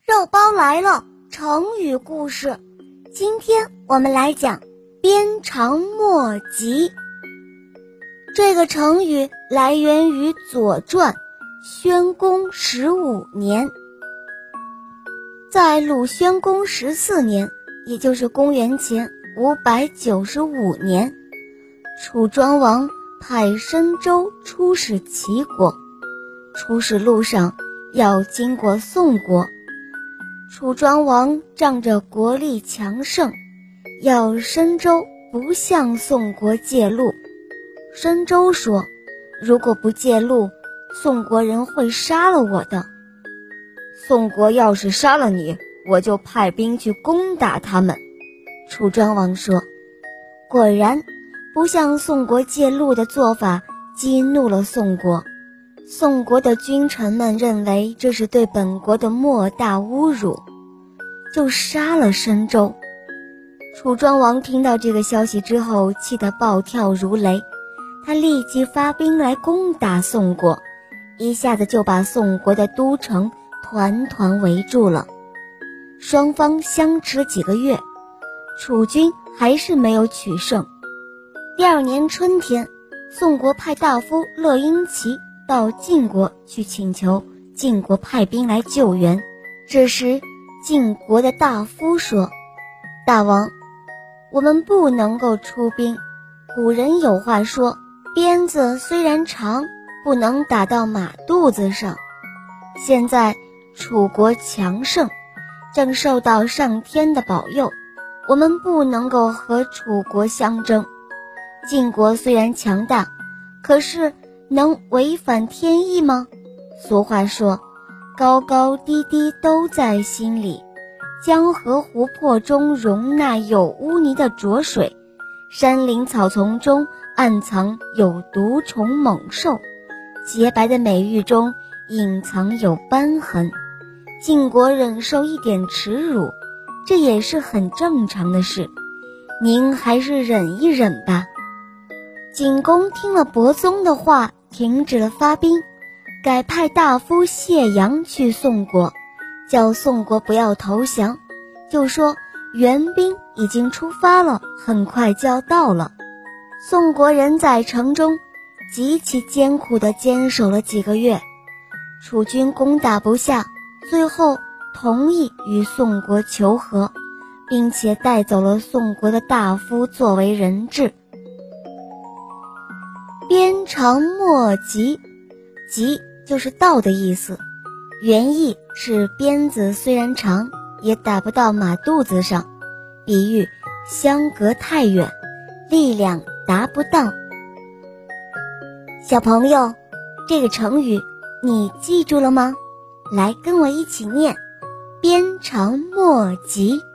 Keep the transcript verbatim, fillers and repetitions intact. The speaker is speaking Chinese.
肉包来了，成语故事。今天我们来讲鞭长莫及。这个成语来源于《左传》宣公十五年。在鲁宣公十四年，也就是公元前五百九十五年，楚庄王派申州出使齐国，出使路上要经过宋国。楚庄王仗着国力强盛，要申州不向宋国借路。申州说，如果不借路，宋国人会杀了我的。 宋国要是杀了你，我就派兵去攻打他们。 楚庄王说。果然，不向宋国借路的做法激怒了宋国。宋国的君臣们认为这是对本国的莫大侮辱，就杀了申州。楚庄王听到这个消息之后，气得暴跳如雷，他立即发兵来攻打宋国，一下子就把宋国的都城团团围住了。双方相持几个月，楚军还是没有取胜。第二年春天，宋国派大夫乐婴齐到晋国去请求晋国派兵来救援。这时晋国的大夫说，大王，我们不能够出兵。古人有话说，鞭子虽然长，不能打到马肚子上。现在楚国强盛，正受到上天的保佑，我们不能够和楚国相争。晋国虽然强大，可是能违反天意吗？俗话说，高高低低都在心里。江河湖泊中容纳有污泥的浊水，山林草丛中暗藏有毒虫猛兽，洁白的美玉中隐藏有斑痕。晋国忍受一点耻辱，这也是很正常的事，您还是忍一忍吧。景公听了伯宗的话，停止了发兵，改派大夫谢阳去宋国，叫宋国不要投降，就说援兵已经出发了，很快就要到了。宋国人在城中极其艰苦地坚守了几个月，楚军攻打不下，最后同意与宋国求和，并且带走了宋国的大夫作为人质。鞭长莫及，及就是到的意思，原意是鞭子虽然长，也打不到马肚子上，比喻相隔太远，力量达不到。小朋友，这个成语你记住了吗？来跟我一起念，鞭长莫及。